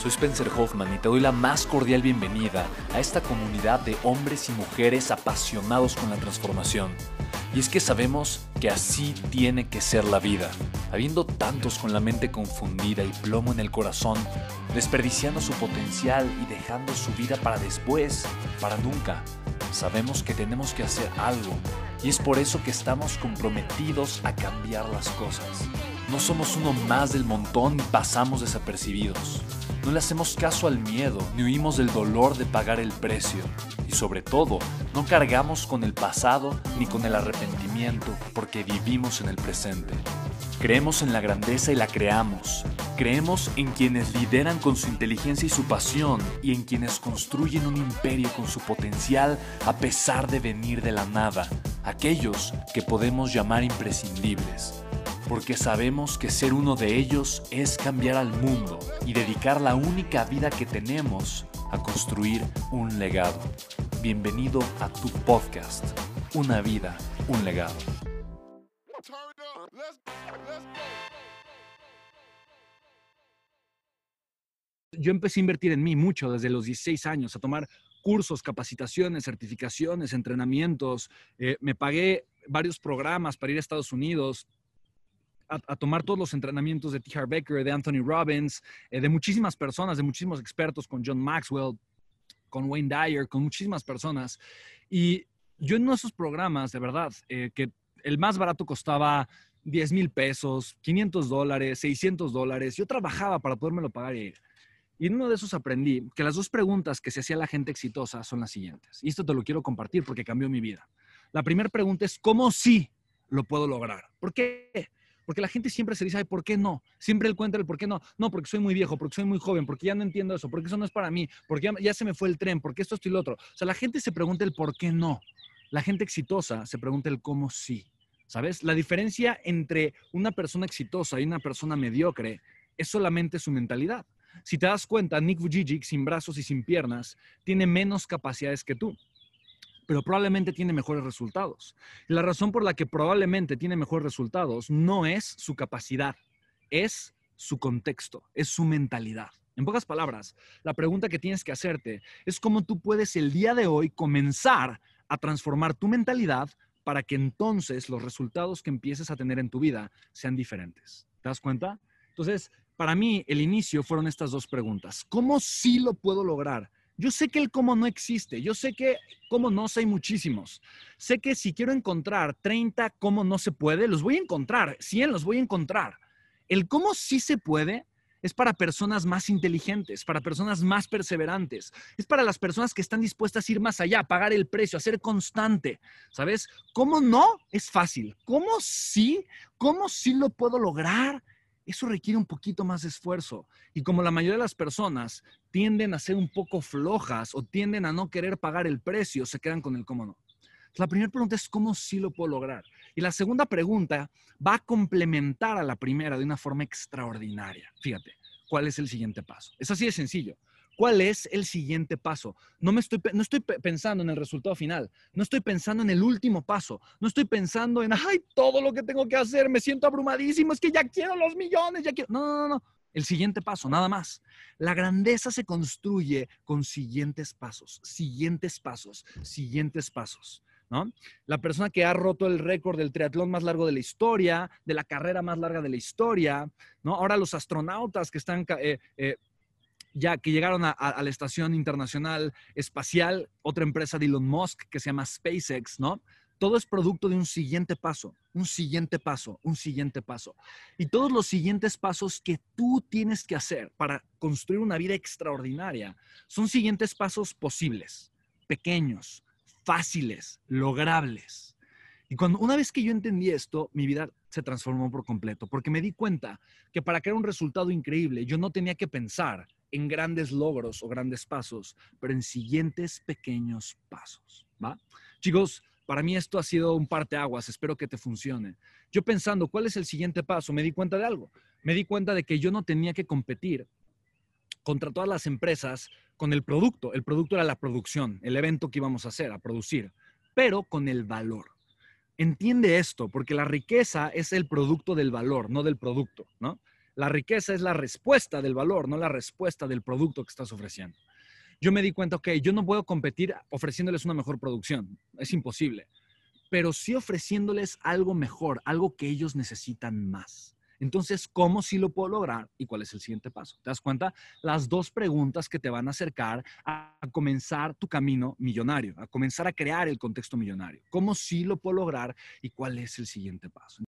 Soy Spencer Hoffman y te doy la más cordial bienvenida a esta comunidad de hombres y mujeres apasionados con la transformación. Y es que sabemos que así tiene que ser la vida, habiendo tantos con la mente confundida y plomo en el corazón, desperdiciando su potencial y dejando su vida para después, para nunca. Sabemos que tenemos que hacer algo y es por eso que estamos comprometidos a cambiar las cosas. No somos uno más del montón y pasamos desapercibidos. No le hacemos caso al miedo ni huimos del dolor de pagar el precio. Y sobre todo, no cargamos con el pasado ni con el arrepentimiento porque vivimos en el presente. Creemos en la grandeza y la creamos. Creemos en quienes lideran con su inteligencia y su pasión y en quienes construyen un imperio con su potencial a pesar de venir de la nada. Aquellos que podemos llamar imprescindibles. Porque sabemos que ser uno de ellos es cambiar al mundo y dedicar la única vida que tenemos a construir un legado. Bienvenido a tu podcast, Una vida, un legado. Yo empecé a invertir en mí mucho desde los 16 años, a tomar cursos, capacitaciones, certificaciones, entrenamientos. Me pagué varios programas para ir a Estados Unidos, a tomar todos los entrenamientos de T. Harv Eker, de Anthony Robbins, de muchísimas personas, de muchísimos expertos, con John Maxwell, con Wayne Dyer, con muchísimas personas. Y yo en uno de esos programas, de verdad, que el más barato costaba 10,000 pesos, $500, $600. Yo trabajaba para podérmelo pagar y ir. Y en uno de esos aprendí que las dos preguntas que se hacía la gente exitosa son las siguientes. Y esto te lo quiero compartir porque cambió mi vida. La primera pregunta es, ¿cómo sí lo puedo lograr? ¿Por qué? Porque la gente siempre se dice, ay, ¿por qué no? Siempre encuentra el por qué no. No, porque soy muy viejo, porque soy muy joven, porque ya no entiendo eso, porque eso no es para mí, porque ya se me fue el tren, porque esto y lo otro. O sea, la gente se pregunta el por qué no. La gente exitosa se pregunta el cómo sí. ¿Sabes? La diferencia entre una persona exitosa y una persona mediocre es solamente su mentalidad. Si te das cuenta, Nick Vujicic, sin brazos y sin piernas, tiene menos capacidades que tú, pero probablemente tiene mejores resultados. Y la razón por la que probablemente tiene mejores resultados no es su capacidad, es su contexto, es su mentalidad. En pocas palabras, la pregunta que tienes que hacerte es cómo tú puedes el día de hoy comenzar a transformar tu mentalidad para que entonces los resultados que empieces a tener en tu vida sean diferentes. ¿Te das cuenta? Entonces, para mí, el inicio fueron estas dos preguntas. ¿Cómo sí lo puedo lograr? Yo sé que el cómo no existe. Yo sé que cómo no hay muchísimos. Sé que si quiero encontrar 30 cómo no se puede, los voy a encontrar. 100 los voy a encontrar. El cómo sí se puede es para personas más inteligentes, para personas más perseverantes. Es para las personas que están dispuestas a ir más allá, a pagar el precio, a ser constante. ¿Sabes? ¿Cómo no? Es fácil. ¿Cómo sí? ¿Cómo sí lo puedo lograr? Eso requiere un poquito más de esfuerzo. Y como la mayoría de las personas tienden a ser un poco flojas o tienden a no querer pagar el precio, se quedan con el cómo no. La primera pregunta es cómo sí lo puedo lograr. Y la segunda pregunta va a complementar a la primera de una forma extraordinaria. Fíjate, ¿cuál es el siguiente paso? Es así de sencillo. ¿Cuál es el siguiente paso? No estoy pensando en el resultado final. No estoy pensando en el último paso. No estoy pensando en, ay, todo lo que tengo que hacer, me siento abrumadísimo, es que ya quiero los millones, ya quiero. No. El siguiente paso, nada más. La grandeza se construye con siguientes pasos, siguientes pasos, siguientes pasos. ¿No? La persona que ha roto el récord del triatlón más largo de la historia, de la carrera más larga de la historia, ¿no? Ahora los astronautas que están ya que llegaron a la Estación Internacional Espacial, otra empresa de Elon Musk que se llama SpaceX, ¿no? Todo es producto de un siguiente paso, un siguiente paso, un siguiente paso. Y todos los siguientes pasos que tú tienes que hacer para construir una vida extraordinaria son siguientes pasos posibles, pequeños, fáciles, logrables. Y una vez que yo entendí esto, mi vida se transformó por completo, porque me di cuenta que para crear un resultado increíble, yo no tenía que pensar en grandes logros o grandes pasos, pero en siguientes pequeños pasos, ¿va? Chicos, para mí esto ha sido un parteaguas, espero que te funcione. Yo pensando, ¿cuál es el siguiente paso? Me di cuenta de algo. Me di cuenta de que yo no tenía que competir contra todas las empresas con el producto. El producto era la producción, el evento que íbamos a hacer, a producir, pero con el valor. Entiende esto, porque la riqueza es el producto del valor, no del producto, ¿no? La riqueza es la respuesta del valor, no la respuesta del producto que estás ofreciendo. Yo me di cuenta, ok, yo no puedo competir ofreciéndoles una mejor producción. Es imposible. Pero sí ofreciéndoles algo mejor, algo que ellos necesitan más. Entonces, ¿cómo sí lo puedo lograr y cuál es el siguiente paso? ¿Te das cuenta? Las dos preguntas que te van a acercar a comenzar tu camino millonario, a comenzar a crear el contexto millonario. ¿Cómo sí lo puedo lograr y cuál es el siguiente paso?